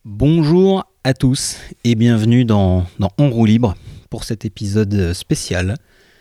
Bonjour à tous et bienvenue dans En roue libre pour cet épisode spécial.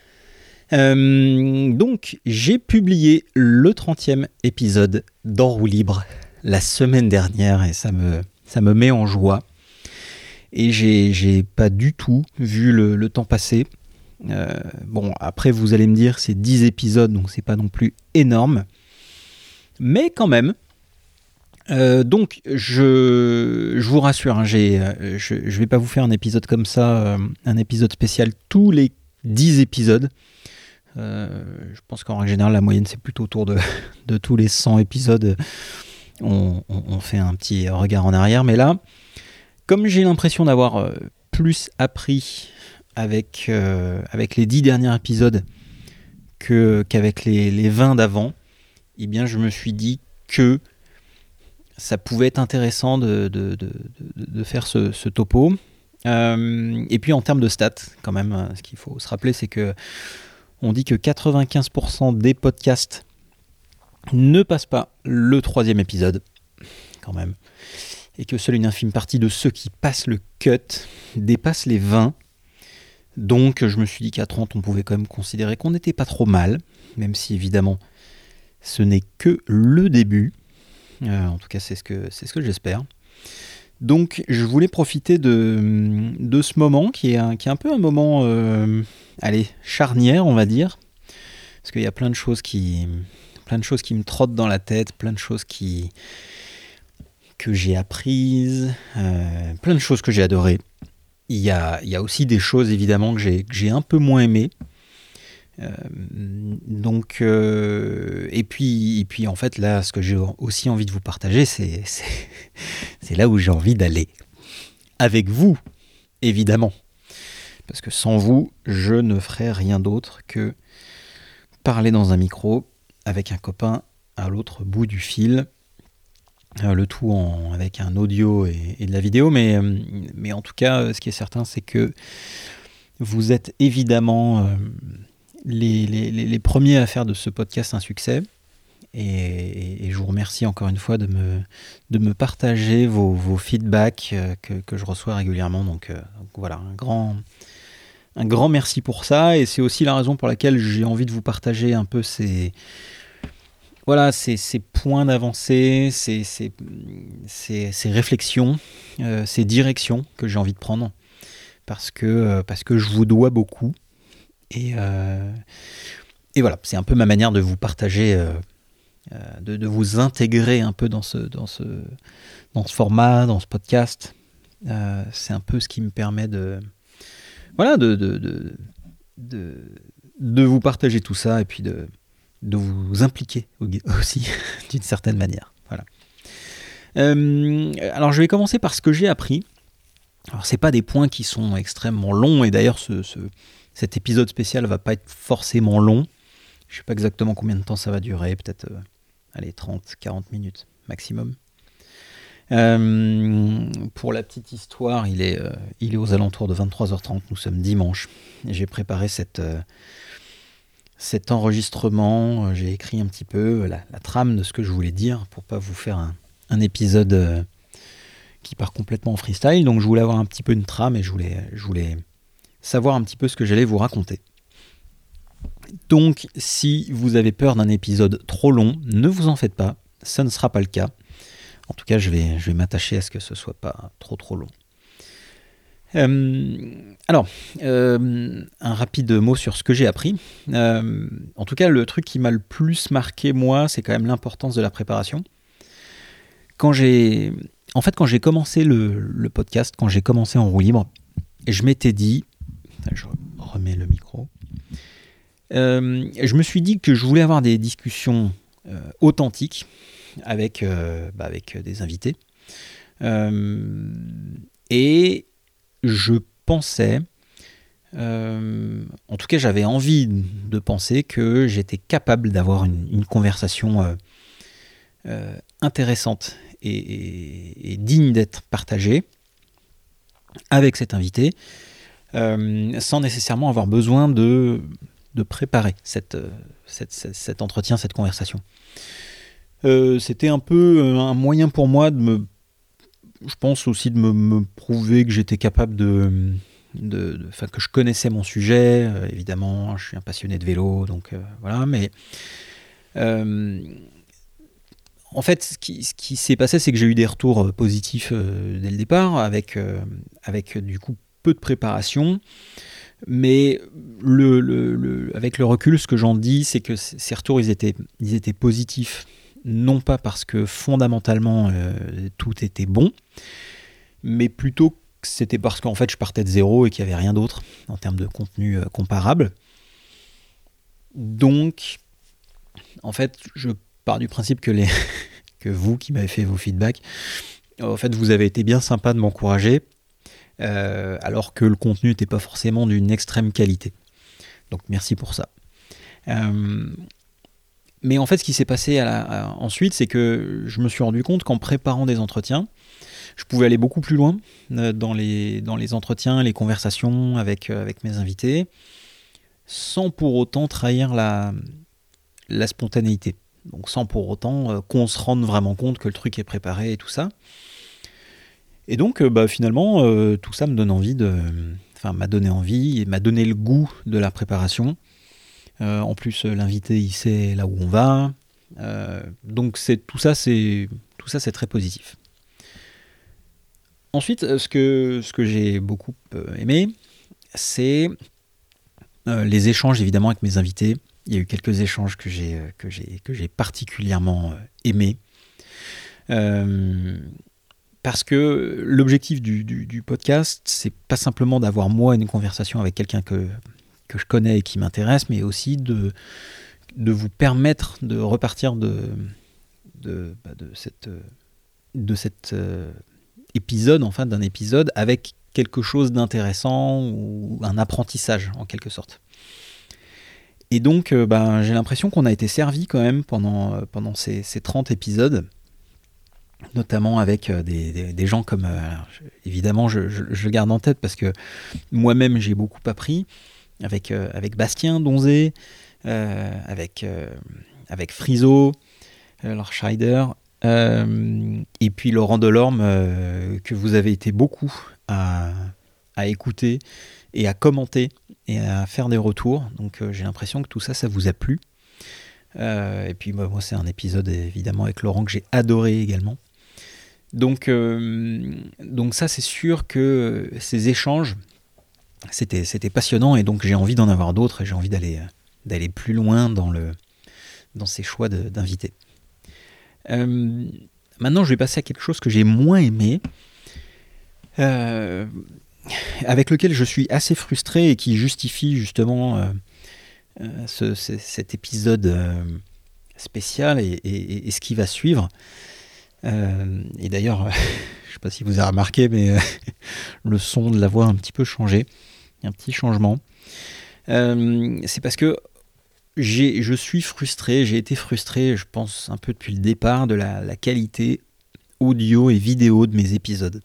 Donc j'ai publié le 30e épisode d'En roue libre la semaine dernière et ça me met en joie. Et j'ai pas du tout vu le temps passer. Bon, après vous allez me dire c'est 10 épisodes donc c'est pas non plus énorme. Mais quand même. Donc je vous rassure, je vais pas vous faire un épisode comme ça, un épisode spécial tous les 10 épisodes. Je pense qu'en règle générale la moyenne c'est plutôt autour de tous les 100 épisodes. On fait un petit regard en arrière, mais là, comme j'ai l'impression d'avoir plus appris avec les 10 derniers épisodes qu'avec les 20 d'avant, eh bien je me suis dit que ça pouvait être intéressant de faire ce topo. Et puis en termes de stats, quand même, ce qu'il faut se rappeler, c'est que on dit que 95% des podcasts ne passent pas le 3e épisode, quand même. Et que seule une infime partie de ceux qui passent le cut dépassent les 20. Donc je me suis dit qu'à 30, on pouvait quand même considérer qu'on n'était pas trop mal, même si évidemment, ce n'est que le début. En tout cas, c'est ce que j'espère. Donc, je voulais profiter de ce moment qui est un peu un moment, charnière, on va dire, parce qu'il y a plein de choses qui me trottent dans la tête, plein de choses que j'ai apprises, plein de choses que j'ai adorées. Il y a aussi des choses évidemment que j'ai un peu moins aimées. Et puis en fait là ce que j'ai aussi envie de vous partager c'est là où j'ai envie d'aller avec vous évidemment, parce que sans vous je ne ferais rien d'autre que parler dans un micro avec un copain à l'autre bout du fil, le tout avec un audio et de la vidéo, mais en tout cas ce qui est certain c'est que vous êtes évidemment les premiers à faire de ce podcast un succès, et je vous remercie encore une fois de me partager vos feedbacks que je reçois régulièrement, donc voilà, un grand merci pour ça, et c'est aussi la raison pour laquelle j'ai envie de vous partager un peu ces points d'avancée, ces réflexions, ces directions que j'ai envie de prendre, parce que je vous dois beaucoup. Et voilà, c'est un peu ma manière de vous partager, de vous intégrer un peu dans ce format, dans ce podcast. C'est un peu ce qui me permet de vous partager tout ça, et puis de vous impliquer aussi d'une certaine manière. Voilà. Alors je vais commencer par ce que j'ai appris. Alors c'est pas des points qui sont extrêmement longs, et d'ailleurs cet épisode spécial va pas être forcément long. Je sais pas exactement combien de temps ça va durer, peut-être 30-40 minutes maximum. Pour la petite histoire, il est aux alentours de 23h30, nous sommes dimanche. J'ai préparé cet enregistrement, j'ai écrit un petit peu la trame de ce que je voulais dire pour pas vous faire un épisode qui part complètement en freestyle. Donc je voulais avoir un petit peu une trame, et je voulais savoir un petit peu ce que j'allais vous raconter. Donc, si vous avez peur d'un épisode trop long, ne vous en faites pas, ça ne sera pas le cas. En tout cas, je vais m'attacher à ce que ce soit pas trop long. Alors, un rapide mot sur ce que j'ai appris. En tout cas, le truc qui m'a le plus marqué, moi, c'est quand même l'importance de la préparation. Quand j'ai commencé le podcast, quand j'ai commencé En roue libre, je m'étais dit, je remets le micro, je me suis dit que je voulais avoir des discussions authentiques avec des invités, et je pensais, en tout cas j'avais envie de penser que j'étais capable d'avoir une conversation intéressante et digne d'être partagée avec cet invité, sans nécessairement avoir besoin de préparer cet entretien, cette conversation. C'était un peu un moyen pour moi de me je pense aussi de me prouver que j'étais capable que je connaissais mon sujet. Évidemment, je suis un passionné de vélo, donc voilà. Mais en fait, ce qui s'est passé, c'est que j'ai eu des retours positifs dès le départ, avec du coup peu de préparation. Mais avec le recul, ce que j'en dis, c'est que ces retours, ils étaient positifs, non pas parce que fondamentalement tout était bon, mais plutôt que c'était parce qu'en fait je partais de zéro et qu'il n'y avait rien d'autre en termes de contenu comparable. Donc, en fait, je pars du principe que vous qui m'avez fait vos feedbacks, en fait, vous avez été bien sympa de m'encourager, alors que le contenu n'était pas forcément d'une extrême qualité. Donc, merci pour ça. Mais en fait, ce qui s'est passé ensuite, c'est que je me suis rendu compte qu'en préparant des entretiens, je pouvais aller beaucoup plus loin dans les entretiens, les conversations avec mes invités, sans pour autant trahir la spontanéité. Donc sans pour autant qu'on se rende vraiment compte que le truc est préparé et tout ça. Et donc finalement, tout ça me donne envie m'a donné envie et m'a donné le goût de la préparation. En plus, l'invité, il sait là où on va. Donc tout ça, c'est très positif. Ensuite, ce que j'ai beaucoup aimé, c'est les échanges évidemment avec mes invités. Il y a eu quelques échanges que j'ai particulièrement aimés. Parce que l'objectif du podcast, c'est pas simplement d'avoir moi une conversation avec quelqu'un que je connais et qui m'intéresse, mais aussi de vous permettre de repartir de cet épisode, enfin d'un épisode, avec quelque chose d'intéressant ou un apprentissage en quelque sorte. Et donc j'ai l'impression qu'on a été servi quand même pendant ces 30 épisodes, notamment avec des gens comme... évidemment, je le garde en tête parce que moi-même j'ai beaucoup appris, avec Bastien Donzé, avec Friso, Schreider, et puis Laurent Delorme, que vous avez été beaucoup à écouter et à commenter et à faire des retours. Donc j'ai l'impression que tout ça vous a plu. Et puis moi c'est un épisode évidemment avec Laurent que j'ai adoré également. Donc ça c'est sûr que ces échanges c'était passionnant, et donc j'ai envie d'en avoir d'autres et j'ai envie d'aller plus loin dans ces choix d'invités. Maintenant je vais passer à quelque chose que j'ai moins aimé, avec lequel je suis assez frustré et qui justifie justement cet épisode spécial et ce qui va suivre. Et d'ailleurs, je ne sais pas si vous avez remarqué, mais le son de la voix a un petit peu changé. Il y a un petit changement. C'est parce que je suis frustré, j'ai été frustré, je pense, un peu depuis le départ, de la qualité audio et vidéo de mes épisodes.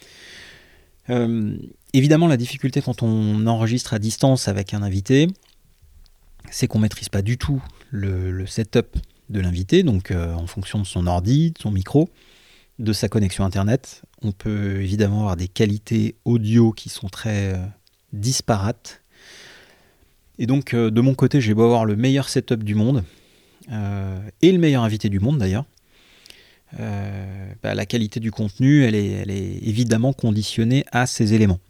Évidemment, la difficulté quand on enregistre à distance avec un invité, c'est qu'on ne maîtrise pas du tout le setup de l'invité, donc en fonction de son ordi, de son micro, de sa connexion internet. On peut évidemment avoir des qualités audio qui sont très disparates. Et donc de mon côté, j'ai beau avoir le meilleur setup du monde, et le meilleur invité du monde d'ailleurs, la qualité du contenu, elle est évidemment conditionnée à ces éléments.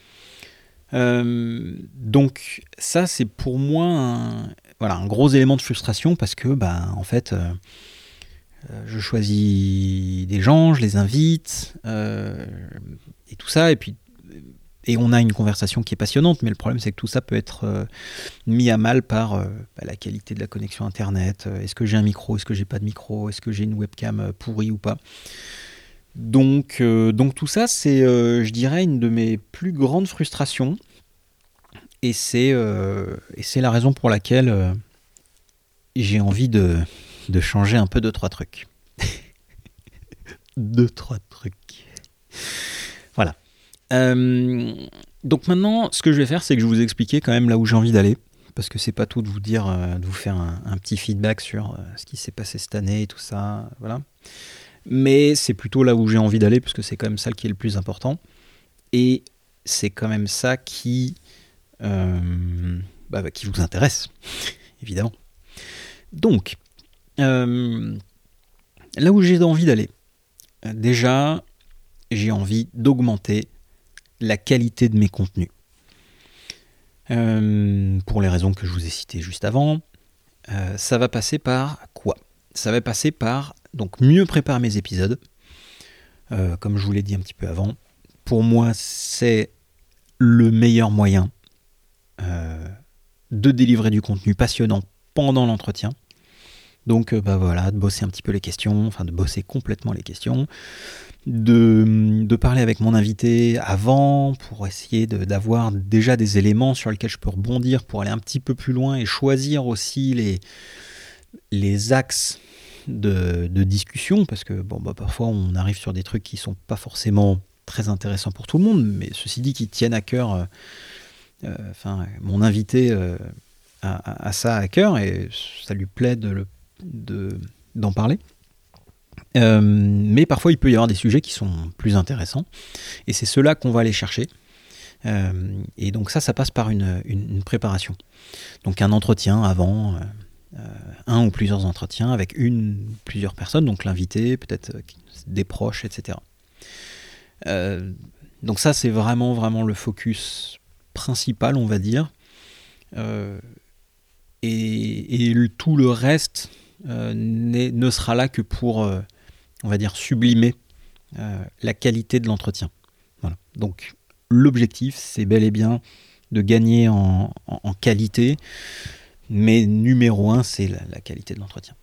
Donc ça, c'est pour moi un gros élément de frustration, parce que en fait je choisis des gens, je les invite, et tout ça, et on a une conversation qui est passionnante, mais le problème c'est que tout ça peut être mis à mal par la qualité de la connexion internet. Est-ce que j'ai un micro, est-ce que j'ai pas de micro, est-ce que j'ai une webcam pourrie ou pas. Donc tout ça, c'est je dirais une de mes plus grandes frustrations, et c'est la raison pour laquelle j'ai envie de changer un peu 2-3 trucs. 2-3 trucs. Voilà. Donc maintenant, ce que je vais faire, c'est que je vais vous expliquer quand même là où j'ai envie d'aller, parce que c'est pas tout de vous dire, de vous faire un petit feedback sur ce qui s'est passé cette année et tout ça. Voilà. Mais c'est plutôt là où j'ai envie d'aller, parce que c'est quand même ça qui est le plus important. Et c'est quand même ça qui vous intéresse, évidemment. Donc, là où j'ai envie d'aller, déjà, j'ai envie d'augmenter la qualité de mes contenus. Pour les raisons que je vous ai citées juste avant, ça va passer par quoi ? Ça va passer par donc mieux préparer mes épisodes. Comme je vous l'ai dit un petit peu avant, pour moi, c'est le meilleur moyen de délivrer du contenu passionnant pendant l'entretien. Donc de bosser un petit peu les questions, enfin de bosser complètement les questions, de parler avec mon invité avant pour essayer d'avoir déjà des éléments sur lesquels je peux rebondir pour aller un petit peu plus loin et choisir aussi les axes de discussion, parce que parfois on arrive sur des trucs qui sont pas forcément très intéressants pour tout le monde, mais ceci dit qui tiennent à cœur, mon invité a ça à cœur et ça lui plaît d'en parler. Mais parfois il peut y avoir des sujets qui sont plus intéressants et c'est ceux-là qu'on va aller chercher. Et donc ça passe par une préparation. Donc un entretien avant, un ou plusieurs entretiens avec plusieurs personnes, donc l'invité, peut-être des proches, etc. Donc ça c'est vraiment le focus principal, on va dire. Et tout le reste ne sera là que pour, on va dire, sublimer la qualité de l'entretien. Voilà. Donc l'objectif, c'est bel et bien de gagner en qualité, mais numéro 1, c'est la qualité de l'entretien.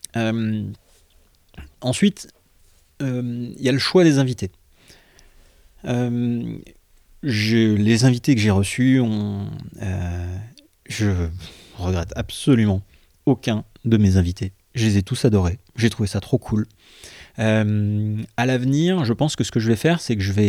Ensuite, il y a le choix des invités. Les invités que j'ai reçus, je regrette absolument aucun de mes invités. Je les ai tous adorés. J'ai trouvé ça trop cool. À l'avenir, je pense que ce que je vais faire, c'est que je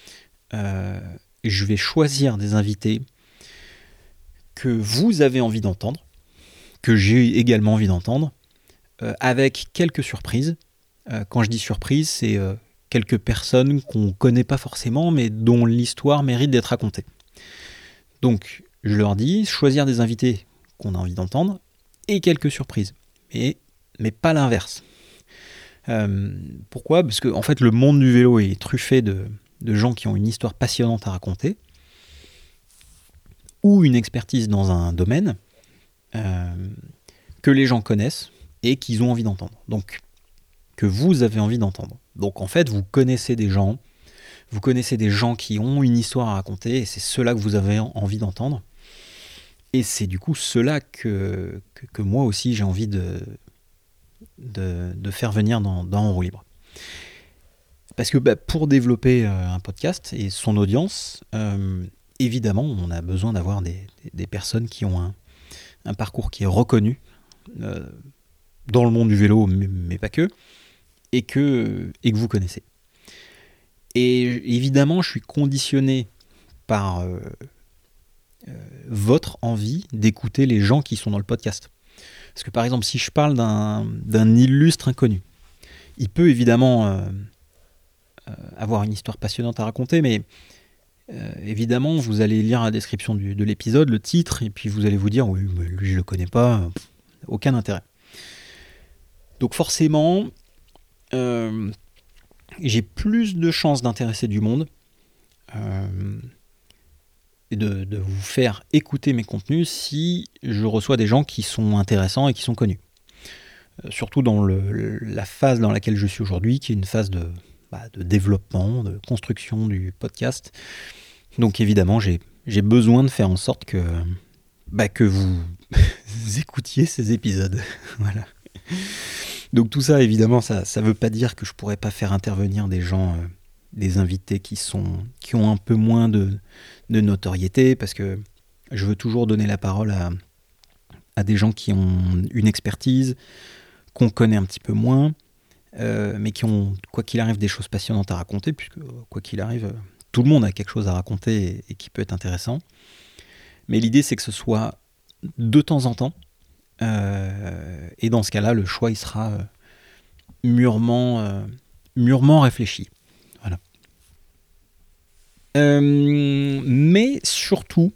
vais choisir des invités que vous avez envie d'entendre, que j'ai également envie d'entendre, avec quelques surprises. Quand je dis surprise, c'est quelques personnes qu'on ne connaît pas forcément, mais dont l'histoire mérite d'être racontée. Donc, je leur dis, choisir des invités qu'on a envie d'entendre, et quelques surprises. Mais pas l'inverse. Pourquoi ? Parce que en fait, le monde du vélo est truffé de gens qui ont une histoire passionnante à raconter, ou une expertise dans un domaine que les gens connaissent et qu'ils ont envie d'entendre. Donc, que vous avez envie d'entendre. Donc, en fait, vous connaissez des gens qui ont une histoire à raconter, et c'est ceux-là que vous avez envie d'entendre. Et c'est du coup ceux-là que moi aussi j'ai envie de faire venir dans En roue libre. Parce que pour développer un podcast et son audience, évidemment, on a besoin d'avoir des personnes qui ont un parcours qui est reconnu dans le monde du vélo, mais pas que, et que vous connaissez. Et évidemment, je suis conditionné par votre envie d'écouter les gens qui sont dans le podcast. Parce que par exemple, si je parle d'un illustre inconnu, il peut évidemment avoir une histoire passionnante à raconter, mais évidemment, vous allez lire la description de l'épisode, le titre, et puis vous allez vous dire, oui, mais lui, je le connais pas, aucun intérêt. Donc forcément, j'ai plus de chances d'intéresser du monde et de vous faire écouter mes contenus si je reçois des gens qui sont intéressants et qui sont connus. Surtout dans la phase dans laquelle je suis aujourd'hui, qui est une phase de développement, de construction du podcast. Donc évidemment, j'ai besoin de faire en sorte que vous écoutiez ces épisodes. Voilà. Donc tout ça, évidemment, ça veut pas dire que je pourrais pas faire intervenir des gens, des invités qui ont un peu moins de notoriété, parce que je veux toujours donner la parole à des gens qui ont une expertise, qu'on connaît un petit peu moins, mais qui ont, quoi qu'il arrive, des choses passionnantes à raconter, puisque quoi qu'il arrive, tout le monde a quelque chose à raconter et qui peut être intéressant. Mais l'idée, c'est que ce soit de temps en temps, et dans ce cas-là, le choix, il sera mûrement réfléchi. Voilà. Mais surtout,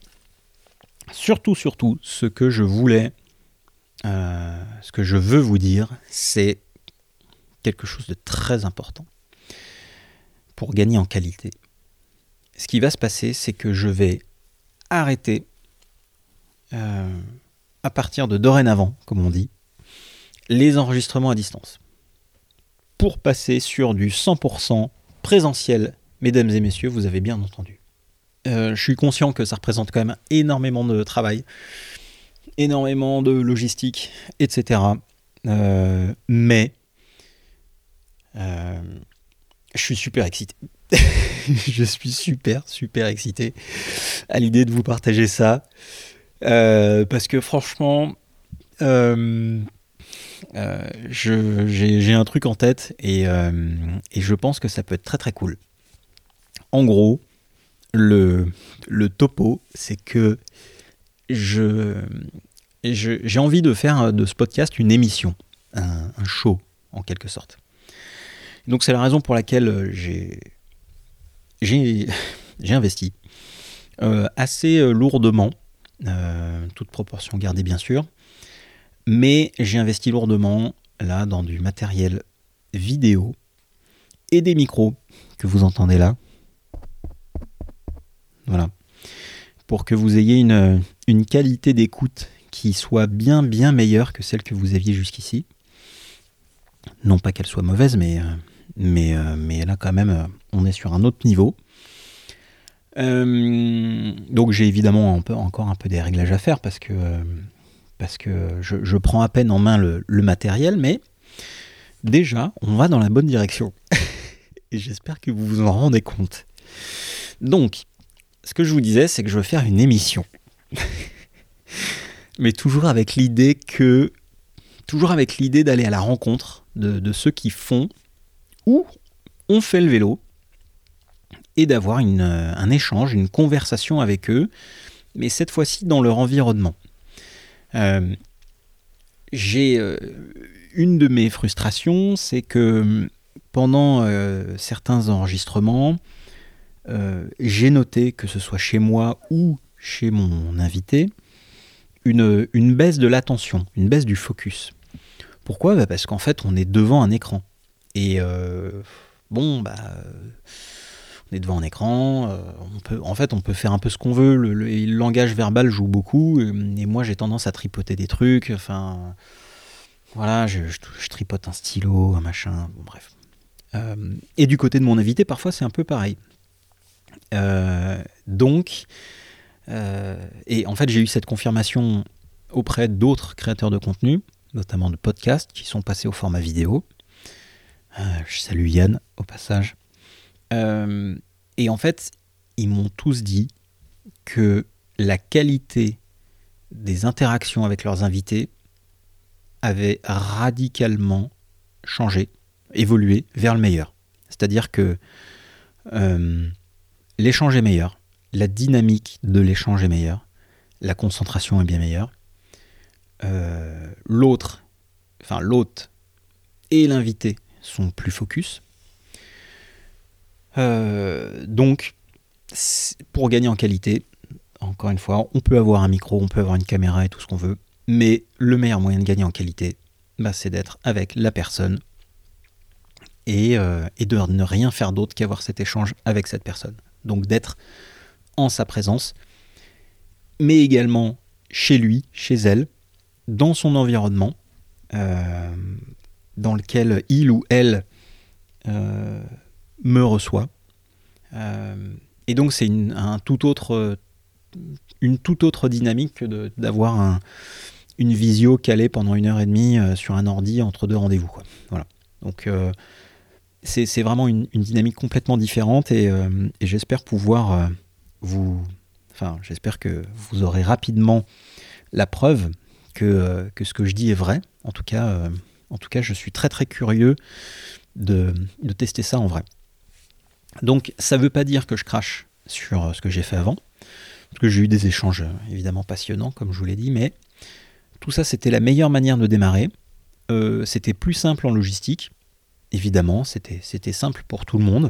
ce que je voulais, ce que je veux vous dire, c'est quelque chose de très important pour gagner en qualité. Ce qui va se passer, c'est que je vais arrêter, à partir de dorénavant, comme on dit, les enregistrements à distance, pour passer sur du 100% présentiel, mesdames et messieurs, vous avez bien entendu. Je suis conscient que ça représente quand même énormément de travail, énormément de logistique, etc. Mais je suis super excité. Je suis super excité à l'idée de vous partager ça. Parce que franchement, j'ai un truc en tête et je pense que ça peut être très très cool. En gros, le topo, c'est que j'ai envie de faire de ce podcast une émission, un show en quelque sorte. Donc c'est la raison pour laquelle j'ai investi assez lourdement, toute proportion gardée bien sûr, mais j'ai investi lourdement là dans du matériel vidéo et des micros que vous entendez là. Voilà. Pour que vous ayez une qualité d'écoute qui soit bien meilleure que celle que vous aviez jusqu'ici. Non pas qu'elle soit mauvaise, mais là quand même, on est sur un autre niveau. Donc j'ai évidemment encore un peu des réglages à faire parce que je prends à peine en main le matériel, mais déjà, on va dans la bonne direction. Et j'espère que vous vous en rendez compte. Donc, ce que je vous disais, c'est que je veux faire une émission. Mais toujours avec l'idée d'aller à la rencontre de ceux qui font ou ont fait le vélo et d'avoir un échange, une conversation avec eux, mais cette fois-ci dans leur environnement. J'ai une de mes frustrations, c'est que pendant certains enregistrements, j'ai noté, que ce soit chez moi ou chez mon invité, une baisse de l'attention, une baisse du focus. Pourquoi ? Parce qu'en fait, on est devant un écran. Et on est devant un écran, on peut faire un peu ce qu'on veut, le langage verbal joue beaucoup, et moi j'ai tendance à tripoter des trucs, enfin, voilà, je tripote un stylo, un machin, bon, bref. Et du côté de mon invité, parfois c'est un peu pareil. Et en fait j'ai eu cette confirmation auprès d'autres créateurs de contenu, notamment de podcasts, qui sont passés au format vidéo. Je salue Yann au passage. Et en fait, ils m'ont tous dit que la qualité des interactions avec leurs invités avait radicalement changé, évolué vers le meilleur. C'est-à-dire que l'échange est meilleur, la dynamique de l'échange est meilleure, la concentration est bien meilleure. L'hôte et l'invité sont plus focus. Donc, pour gagner en qualité, encore une fois, on peut avoir un micro, on peut avoir une caméra et tout ce qu'on veut, mais le meilleur moyen de gagner en qualité, c'est d'être avec la personne et de ne rien faire d'autre qu'avoir cet échange avec cette personne. Donc d'être en sa présence, mais également chez lui, chez elle, dans son environnement, dans lequel il ou elle me reçoit. Et donc c'est une toute autre dynamique que d'avoir une visio calée pendant 1h30 sur un ordi entre deux rendez-vous, quoi. Voilà. Donc c'est vraiment une dynamique complètement différente et j'espère pouvoir j'espère que vous aurez rapidement la preuve que ce que je dis est vrai. En tout cas, je suis très très curieux de tester ça en vrai. Donc ça ne veut pas dire que je crache sur ce que j'ai fait avant, parce que j'ai eu des échanges évidemment passionnants, comme je vous l'ai dit, mais tout ça c'était la meilleure manière de démarrer. C'était plus simple en logistique, évidemment, c'était simple pour tout le monde.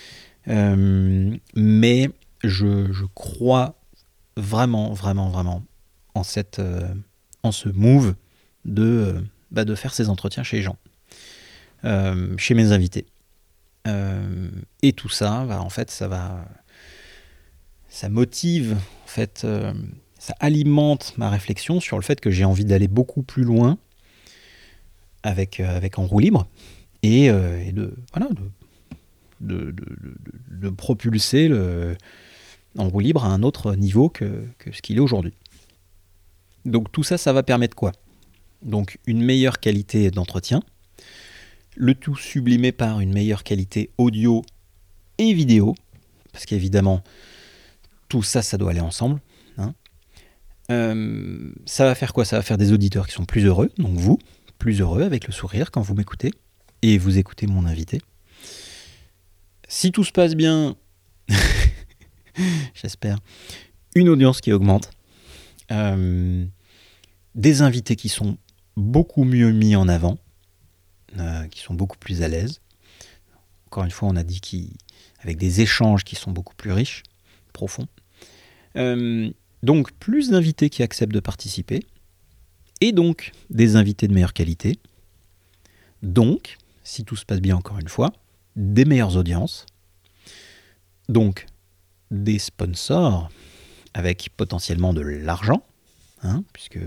Mais je crois vraiment en ce move de faire ces entretiens chez les gens, chez mes invités. Et tout ça, en fait, ça motive, en fait, ça alimente ma réflexion sur le fait que j'ai envie d'aller beaucoup plus loin avec En Roue Libre et de propulser En Roue Libre à un autre niveau que ce qu'il est aujourd'hui. Donc tout ça, ça va permettre quoi ? Donc une meilleure qualité d'entretien, le tout sublimé par une meilleure qualité audio et vidéo, parce qu'évidemment, tout ça, ça doit aller ensemble. Hein. Ça va faire quoi ? Ça va faire des auditeurs qui sont plus heureux, donc vous, plus heureux avec le sourire quand vous m'écoutez, et vous écoutez mon invité. Si tout se passe bien, j'espère, une audience qui augmente, des invités qui sont beaucoup mieux mis en avant, qui sont beaucoup plus à l'aise. Encore une fois, on a dit avec des échanges qui sont beaucoup plus riches, profonds. Donc, plus d'invités qui acceptent de participer, et donc des invités de meilleure qualité. Donc, si tout se passe bien encore une fois, des meilleures audiences. Donc, des sponsors avec potentiellement de l'argent, puisque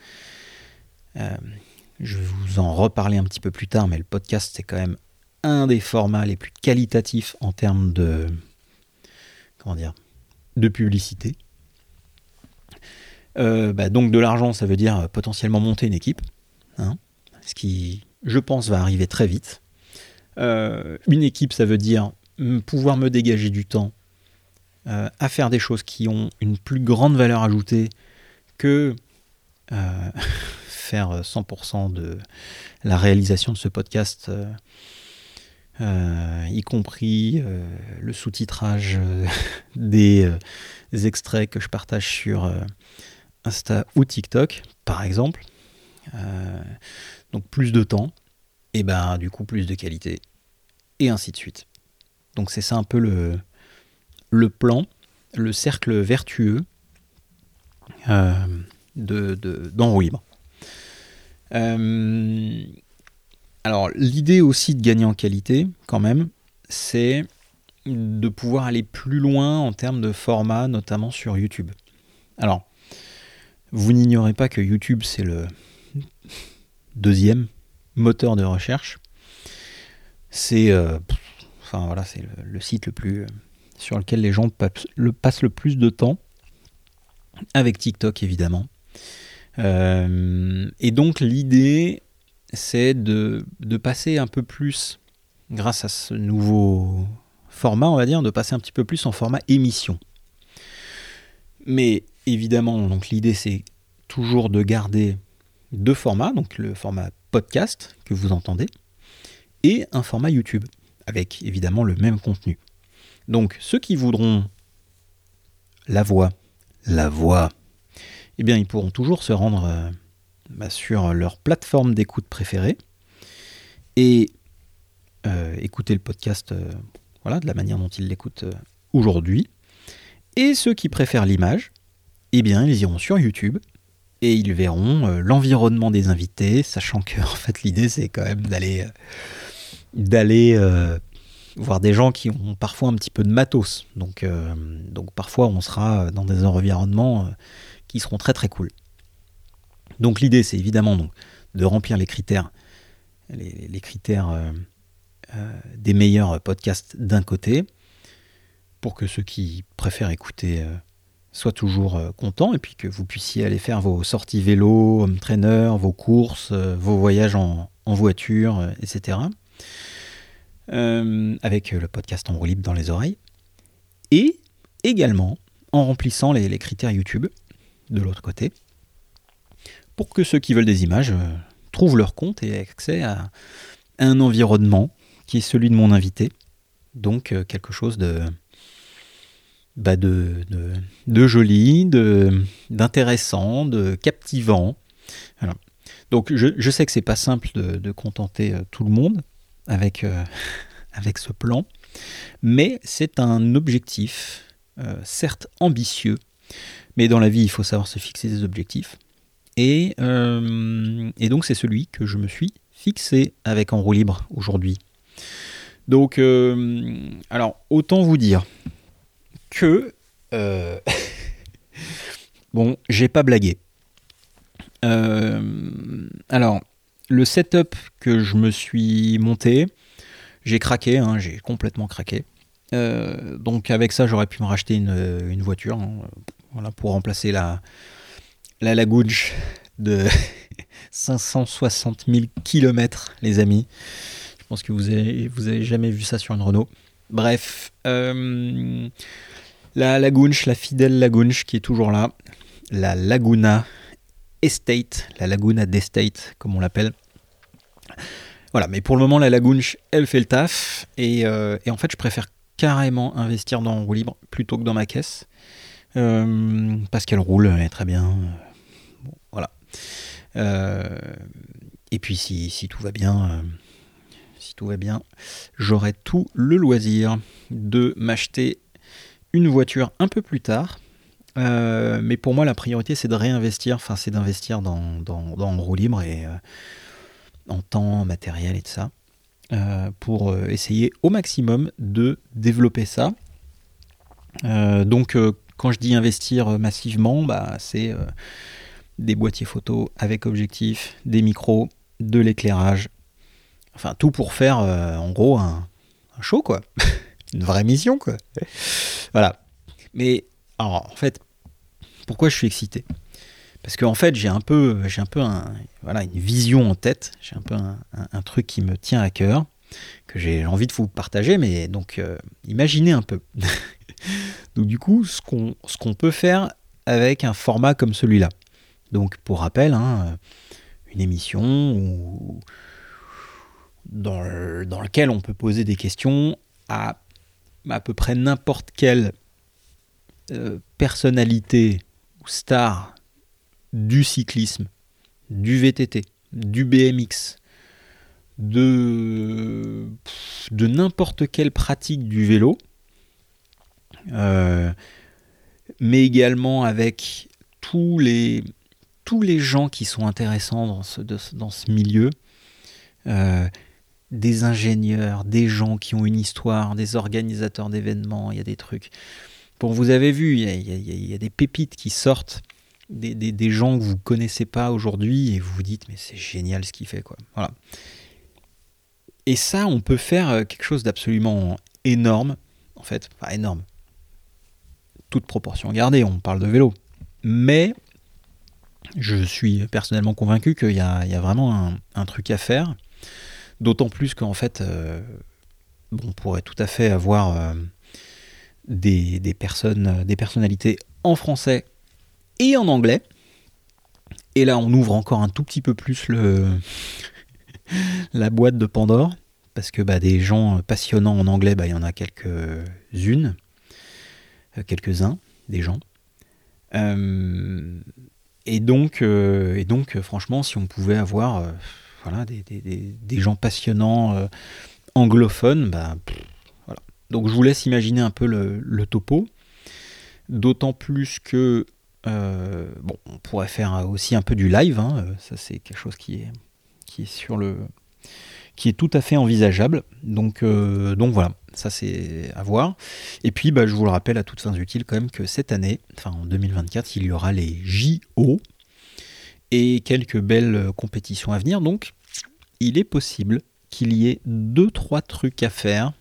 je vais vous en reparler un petit peu plus tard, mais le podcast, c'est quand même un des formats les plus qualitatifs en termes de publicité. Donc de l'argent, ça veut dire potentiellement monter une équipe, ce qui, je pense, va arriver très vite. Une équipe, ça veut dire pouvoir me dégager du temps à faire des choses qui ont une plus grande valeur ajoutée que faire 100% de la réalisation de ce podcast, y compris le sous-titrage des extraits que je partage sur Insta ou TikTok, par exemple. Donc plus de temps, et du coup plus de qualité, et ainsi de suite. Donc c'est ça un peu le plan, le cercle vertueux d'En Roue Libre. Alors l'idée aussi de gagner en qualité, quand même, c'est de pouvoir aller plus loin en termes de format, notamment sur YouTube. Alors, vous n'ignorez pas que YouTube, c'est le deuxième moteur de recherche. C'est c'est le site sur lequel les gens passent le plus de temps, avec TikTok évidemment. Et donc l'idée, c'est de passer un peu plus, grâce à ce nouveau format, on va dire, de passer un petit peu plus en format émission. Mais évidemment, donc l'idée, c'est toujours de garder deux formats, donc le format podcast que vous entendez, et un format YouTube, avec évidemment le même contenu. Donc ceux qui voudront la voix, eh bien ils pourront toujours se rendre sur leur plateforme d'écoute préférée et écouter le podcast de la manière dont ils l'écoutent aujourd'hui. Et ceux qui préfèrent l'image, eh bien ils iront sur YouTube et ils verront l'environnement des invités, sachant que en fait l'idée c'est quand même d'aller voir des gens qui ont parfois un petit peu de matos. Donc parfois on sera dans des environnements qui seront très très cool. Donc l'idée c'est évidemment de remplir les critères, les critères des meilleurs podcasts d'un côté, pour que ceux qui préfèrent écouter soient toujours contents, et puis que vous puissiez aller faire vos sorties vélo, home trainer, vos courses, vos voyages en voiture, etc. Avec le podcast En Roue Libre dans les oreilles, et également en remplissant les critères YouTube de l'autre côté, pour que ceux qui veulent des images trouvent leur compte et aient accès à un environnement qui est celui de mon invité, donc quelque chose de joli, d'intéressant, de captivant. Voilà. Donc je sais que c'est pas simple de contenter tout le monde, avec, avec ce plan. Mais c'est un objectif, certes ambitieux, mais dans la vie, il faut savoir se fixer des objectifs. Et donc, c'est celui que je me suis fixé avec En roue libre aujourd'hui. Donc, alors, autant vous dire que... bon, j'ai pas blagué. Alors, le setup que je me suis monté, j'ai craqué, hein, j'ai complètement craqué. Donc avec ça, j'aurais pu me racheter une voiture, hein, voilà, pour remplacer la Lagouche de 560 000 km, les amis. Je pense que vous avez jamais vu ça sur une Renault. Bref, la Lagouche, la fidèle Lagouche qui est toujours là, la Laguna Estate, la Laguna d'Estate, comme on l'appelle. Voilà, mais pour le moment, la Lagouche, elle fait le taf. Et en fait, je préfère carrément investir dans En roue libre plutôt que dans ma caisse. Parce qu'elle roule, elle est très bien. Bon, voilà. Et puis, si tout va bien, j'aurai tout le loisir de m'acheter une voiture un peu plus tard. Mais pour moi, la priorité, c'est de réinvestir, enfin, c'est d'investir dans En roue libre et en temps, en matériel et tout ça, pour essayer au maximum de développer ça. Donc, quand je dis investir massivement, bah, c'est des boîtiers photo avec objectif, des micros, de l'éclairage, enfin tout pour faire en gros un show, quoi. Une vraie mission, quoi. Voilà. Mais alors, en fait, pourquoi je suis excité ? Parce qu'en fait, j'ai un peu une vision en tête, j'ai un peu un truc qui me tient à cœur, que j'ai envie de vous partager, mais donc imaginez un peu. Donc du coup, ce qu'on peut faire avec un format comme celui-là. Donc pour rappel, hein, une émission dans laquelle on peut poser des questions à peu près n'importe quelle personnalité ou star du cyclisme, du VTT, du BMX, de n'importe quelle pratique du vélo, mais également avec tous les gens qui sont intéressants dans ce milieu, des ingénieurs, des gens qui ont une histoire, des organisateurs d'événements, il y a des trucs. Bon, vous avez vu, il y a des pépites qui sortent, des gens que vous ne connaissez pas aujourd'hui et vous vous dites mais c'est génial ce qu'il fait, quoi. Voilà. Et ça, on peut faire quelque chose d'absolument énorme, en fait, enfin énorme, toute proportion gardée, on parle de vélo, mais je suis personnellement convaincu qu'il y a vraiment un truc à faire, d'autant plus qu'en fait, on pourrait tout à fait avoir des personnalités en français et en anglais. Et là, on ouvre encore un tout petit peu plus la boîte de Pandore, parce que des gens passionnants en anglais, il y en a quelques-uns, des gens. Et donc, franchement, si on pouvait avoir des gens passionnants anglophones, voilà. Donc je vous laisse imaginer un peu le topo, d'autant plus que on pourrait faire aussi un peu du live, hein, ça c'est quelque chose qui est tout à fait envisageable. Donc voilà, ça c'est à voir. Et puis je vous le rappelle à toutes fins utiles quand même que cette année, enfin en 2024, il y aura les JO et quelques belles compétitions à venir. Donc il est possible qu'il y ait 2-3 trucs à faire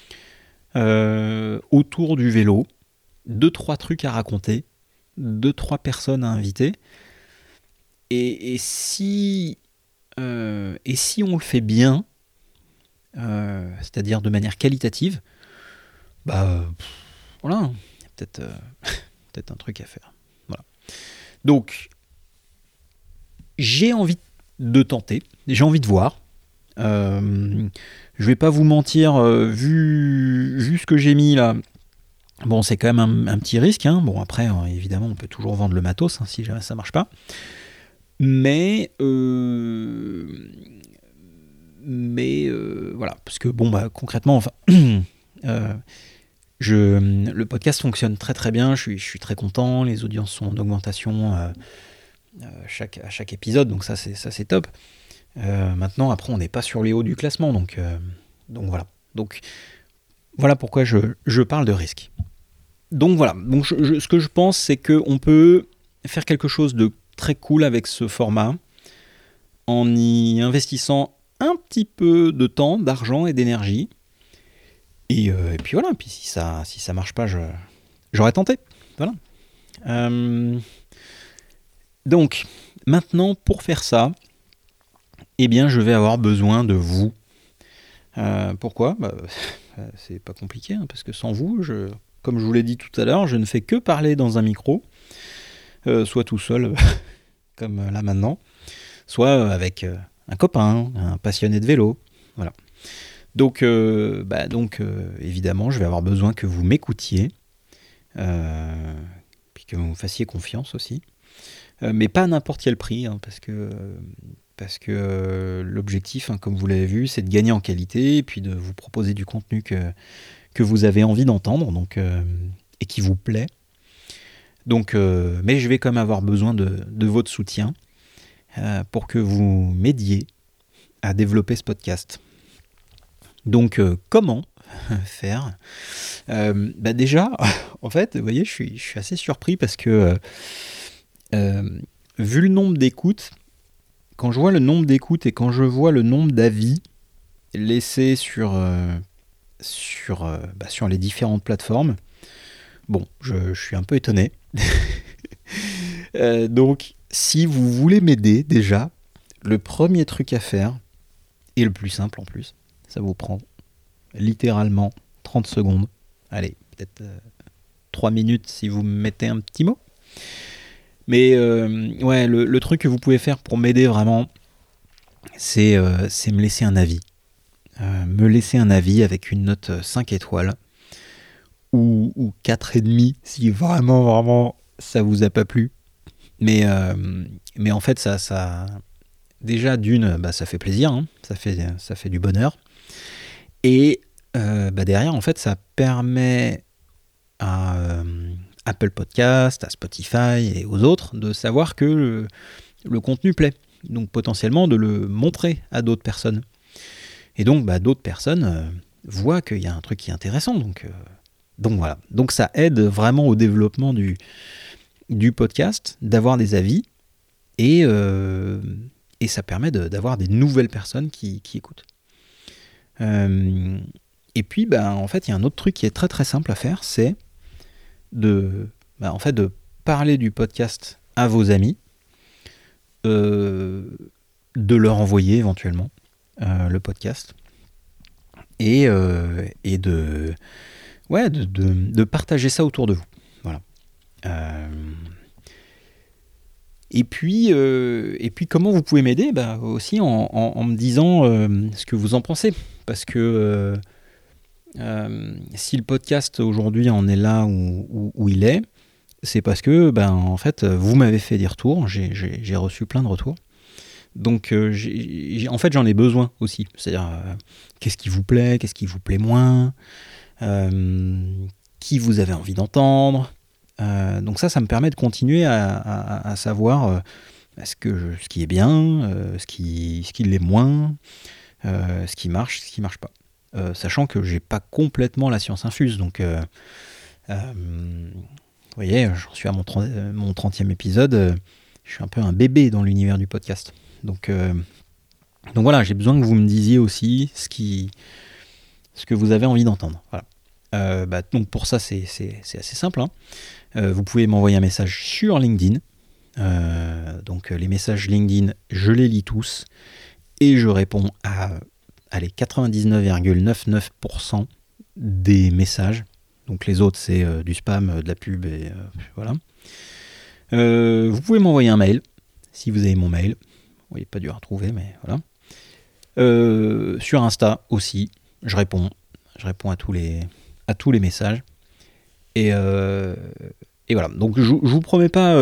autour du vélo, 2-3 trucs à raconter, 2-3 personnes à inviter. Et si on le fait bien, c'est-à-dire de manière qualitative, voilà, il y a peut-être un truc à faire. Voilà. Donc, j'ai envie de tenter, j'ai envie de voir. Je vais pas vous mentir, vu ce que j'ai mis là, bon, c'est quand même un petit risque, hein. Bon, après, évidemment, on peut toujours vendre le matos, hein, si jamais ça marche pas. Mais Mais voilà, parce que concrètement, enfin, le podcast fonctionne très très bien, je suis très content, les audiences sont en augmentation à chaque épisode, donc ça c'est top. Maintenant, après, on n'est pas sur les hauts du classement, donc voilà. Donc voilà pourquoi je parle de risque. Donc voilà, donc ce que je pense, c'est qu'on peut faire quelque chose de très cool avec ce format en y investissant un petit peu de temps, d'argent et d'énergie. Et puis voilà, puis si ça marche pas, j'aurais tenté. Voilà. Donc, maintenant, pour faire ça, eh bien, je vais avoir besoin de vous. Pourquoi ? C'est pas compliqué, hein, parce que sans vous, comme je vous l'ai dit tout à l'heure, je ne fais que parler dans un micro, soit tout seul, comme là maintenant, soit avec un copain, un passionné de vélo. Voilà. Donc, évidemment, je vais avoir besoin que vous m'écoutiez, puis que vous me fassiez confiance aussi. Mais pas à n'importe quel prix, hein, parce que l'objectif, hein, comme vous l'avez vu, c'est de gagner en qualité et puis de vous proposer du contenu que vous avez envie d'entendre, donc, et qui vous plaît. Donc, mais je vais quand même avoir besoin de votre soutien pour que vous m'aidiez à développer ce podcast. Donc, comment faire ? Déjà, en fait, vous voyez, je suis assez surpris parce que vu le nombre d'écoutes, quand je vois le nombre d'écoutes et quand je vois le nombre d'avis laissés sur les différentes plateformes, bon, je suis un peu étonné. Donc, si vous voulez m'aider, déjà, le premier truc à faire, et le plus simple en plus, ça vous prend littéralement 30 secondes. Allez, peut-être 3 minutes si vous me mettez un petit mot. Mais ouais, le truc que vous pouvez faire pour m'aider vraiment, c'est me laisser un avis. Me laisser un avis avec une note 5 étoiles ou 4,5 si vraiment ça vous a pas plu. Mais en fait, ça déjà d'une, ça fait plaisir, hein, ça fait du bonheur. Et derrière, en fait, ça permet à Apple Podcast, à Spotify et aux autres de savoir que le contenu plaît. Donc potentiellement de le montrer à d'autres personnes. Et donc d'autres personnes voient qu'il y a un truc qui est intéressant. Donc voilà. Donc ça aide vraiment au développement du podcast, d'avoir des avis et ça permet d'avoir des nouvelles personnes qui écoutent. Et puis en fait il y a un autre truc qui est très très simple à faire, c'est de parler du podcast à vos amis, de leur envoyer éventuellement le podcast et de partager ça autour de vous. Voilà. Et puis comment vous pouvez m'aider ? Aussi en me disant ce que vous en pensez, parce que si le podcast aujourd'hui en est là où il est, c'est parce que en fait vous m'avez fait des retours, j'ai reçu plein de retours. Donc en fait j'en ai besoin aussi, c'est-à-dire qu'est-ce qui vous plaît moins, qui vous avez envie d'entendre. Donc ça me permet de continuer à savoir ce qui est bien, ce qui l'est moins, ce qui marche pas. Sachant que j'ai pas complètement la science infuse, donc vous voyez, j'en suis à mon 30e épisode, je suis un peu un bébé dans l'univers du podcast. Donc voilà, j'ai besoin que vous me disiez aussi ce que vous avez envie d'entendre. Voilà. Donc pour ça, c'est assez simple, hein. Vous pouvez m'envoyer un message sur LinkedIn. Donc les messages LinkedIn, je les lis tous et je réponds à 99,99% des messages. Donc les autres, c'est du spam, de la pub et voilà. Vous pouvez m'envoyer un mail si vous avez mon mail. Oui, pas dur à trouver, mais voilà. Sur Insta aussi, je réponds à tous les messages. Et voilà. Donc je vous promets pas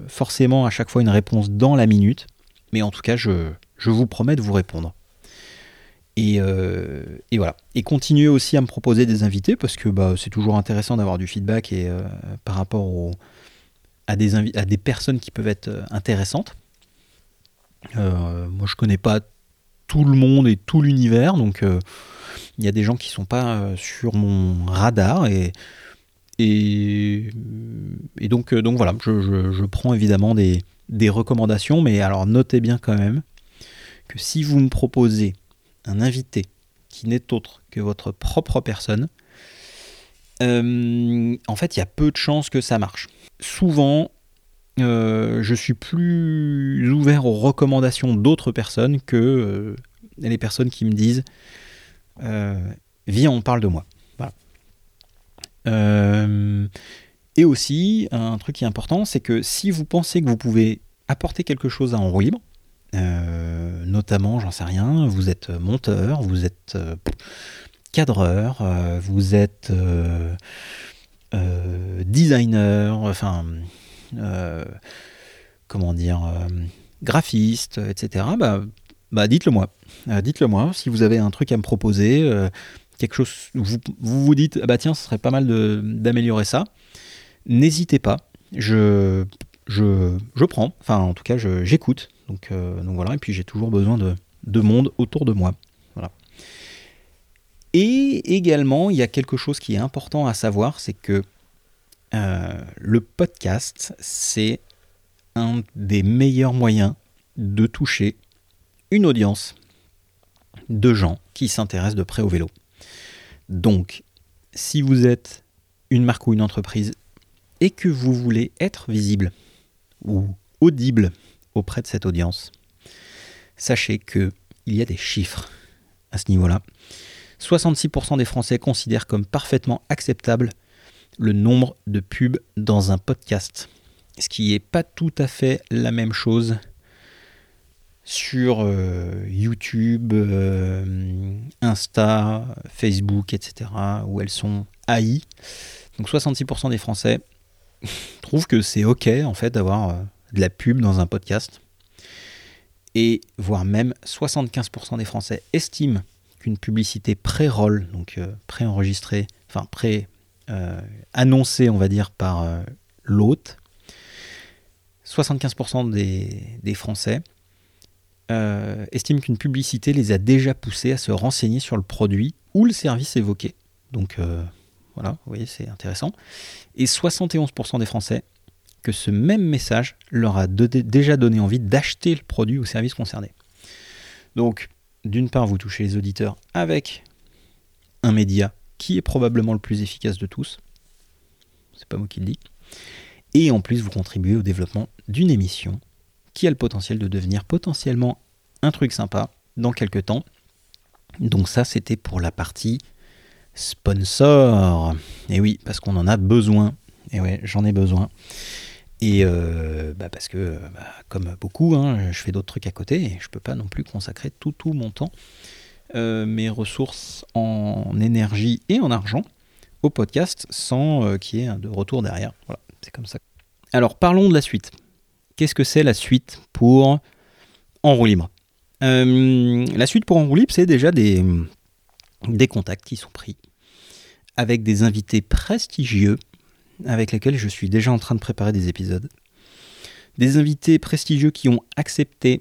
forcément à chaque fois une réponse dans la minute, mais en tout cas je vous promets de vous répondre. Et voilà. Et continuez aussi à me proposer des invités parce que c'est toujours intéressant d'avoir du feedback et par rapport à des personnes qui peuvent être intéressantes. Moi, je connais pas tout le monde et tout l'univers, donc il y a des gens qui sont pas sur mon radar et donc voilà, je prends évidemment des recommandations, mais alors notez bien quand même que si vous me proposez un invité qui n'est autre que votre propre personne, en fait, il y a peu de chances que ça marche. Souvent, je suis plus ouvert aux recommandations d'autres personnes que les personnes qui me disent viens, on parle de moi. Voilà. Et aussi, un truc qui est important, c'est que si vous pensez que vous pouvez apporter quelque chose à En Roue Libre, notamment, j'en sais rien, vous êtes monteur, vous êtes cadreur, vous êtes designer, enfin, comment dire, graphiste, etc. Dites-le moi. Dites-le moi. Si vous avez un truc à me proposer, quelque chose, vous dites, tiens, ce serait pas mal d'améliorer ça. N'hésitez pas. Je prends. Enfin, en tout cas, j'écoute. Donc voilà. Et puis j'ai toujours besoin de monde autour de moi. Voilà. Et également, il y a quelque chose qui est important à savoir, c'est que le podcast, c'est un des meilleurs moyens de toucher une audience de gens qui s'intéressent de près au vélo. Donc, si vous êtes une marque ou une entreprise et que vous voulez être visible ou audible auprès de cette audience, sachez qu'il y a des chiffres à ce niveau-là. 66% des Français considèrent comme parfaitement acceptable le nombre de pubs dans un podcast. Ce qui n'est pas tout à fait la même chose sur YouTube, Insta, Facebook, etc., où elles sont haïes. Donc 66% des Français trouvent que c'est OK en fait d'avoir de la pub dans un podcast. Et voire même 75% des Français estiment qu'une publicité pré-roll, donc pré-enregistrée, enfin annoncée on va dire par l'hôte, 75% des Français estiment qu'une publicité les a déjà poussés à se renseigner sur le produit ou le service évoqué. Donc voilà, vous voyez, c'est intéressant. Et 71% des Français que ce même message leur a déjà donné envie d'acheter le produit ou service concerné. Donc, d'une part, vous touchez les auditeurs avec un média qui est probablement le plus efficace de tous. C'est pas moi qui le dis. Et en plus, vous contribuez au développement d'une émission qui a le potentiel de devenir potentiellement un truc sympa dans quelques temps. Donc ça, c'était pour la partie sponsor. Et oui, parce qu'on en a besoin. Et ouais, j'en ai besoin. Et parce que, comme beaucoup, je fais d'autres trucs à côté et je peux pas non plus consacrer tout mon temps, mes ressources en énergie et en argent au podcast sans qu'il y ait de retour derrière. Voilà, c'est comme ça. Alors, parlons de la suite. Qu'est-ce que c'est la suite pour En Roue Libre ? La suite pour En Roue Libre, c'est déjà des contacts qui sont pris avec des invités prestigieux avec lesquels je suis déjà en train de préparer des épisodes. Des invités prestigieux qui ont accepté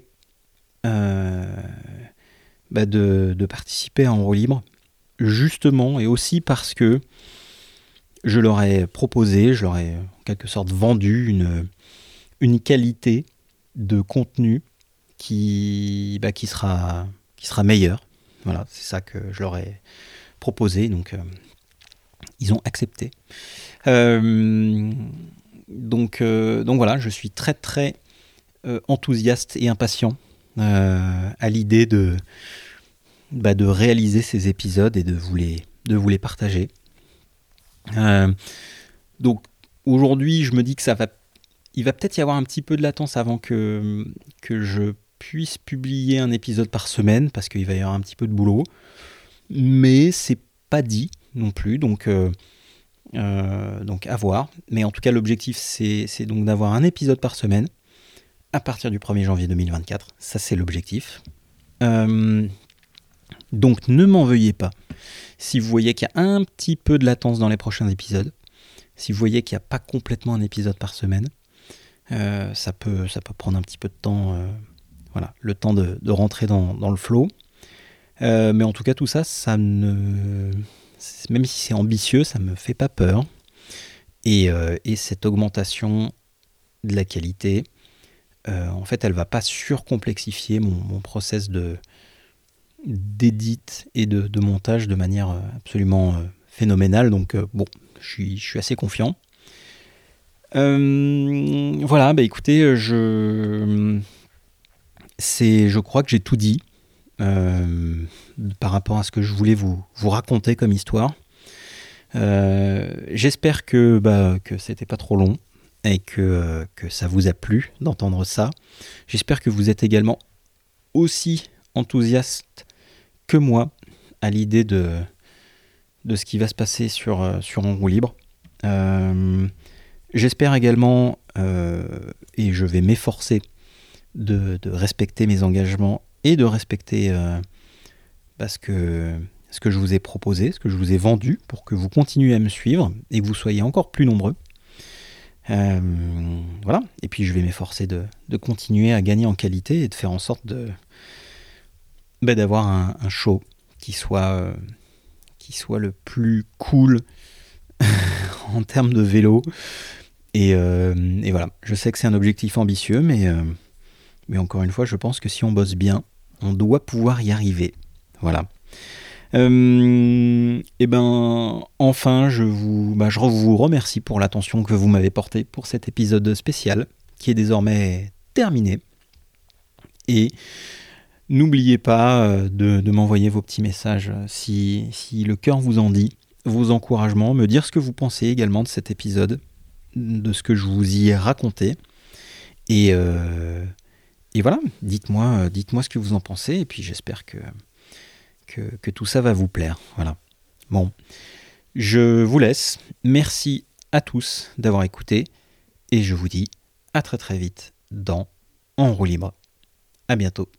de participer à En Roue Libre, justement, et aussi parce que je leur ai proposé, je leur ai en quelque sorte vendu une qualité de contenu qui sera meilleure. Voilà, c'est ça que je leur ai proposé, donc ils ont accepté. Donc voilà, je suis très très enthousiaste et impatient à l'idée de réaliser ces épisodes et de vous les partager. Donc aujourd'hui, je me dis que il va peut-être y avoir un petit peu de latence avant que je puisse publier un épisode par semaine, parce qu'il va y avoir un petit peu de boulot, mais c'est pas dit non plus, donc à voir. Mais en tout cas, l'objectif, c'est donc d'avoir un épisode par semaine à partir du 1er janvier 2024. Ça, c'est l'objectif. Donc ne m'en veuillez pas. Si vous voyez qu'il y a un petit peu de latence dans les prochains épisodes, si vous voyez qu'il n'y a pas complètement un épisode par semaine, ça peut prendre un petit peu de temps, voilà, le temps de rentrer dans le flow. Mais en tout cas, tout ça, même si c'est ambitieux, ça ne me fait pas peur. Et cette augmentation de la qualité, en fait, elle ne va pas surcomplexifier mon process d'édit et de montage de manière absolument phénoménale. Donc, bon, je suis assez confiant. Voilà, bah écoutez, je crois que j'ai tout dit par rapport à ce que je voulais vous raconter comme histoire. J'espère que c'était pas trop long et que ça vous a plu d'entendre ça. J'espère que vous êtes également aussi enthousiaste que moi à l'idée de ce qui va se passer sur En roue libre. J'espère également, et je vais m'efforcer de respecter mes engagements et de respecter ce que je vous ai proposé, ce que je vous ai vendu pour que vous continuiez à me suivre et que vous soyez encore plus nombreux. Voilà. Et puis je vais m'efforcer de continuer à gagner en qualité et de faire en sorte d'avoir un show qui soit le plus cool en termes de vélo. Et voilà. Je sais que c'est un objectif ambitieux, mais encore une fois, je pense que si on bosse bien, on doit pouvoir y arriver. Voilà. Et enfin, je vous remercie pour l'attention que vous m'avez portée pour cet épisode spécial qui est désormais terminé. Et n'oubliez pas de m'envoyer vos petits messages si le cœur vous en dit, vos encouragements, me dire ce que vous pensez également de cet épisode, de ce que je vous y ai raconté. Et voilà, dites-moi ce que vous en pensez, et puis j'espère que tout ça va vous plaire. Voilà. Bon, je vous laisse. Merci à tous d'avoir écouté, et je vous dis à très très vite dans En roue libre. À bientôt.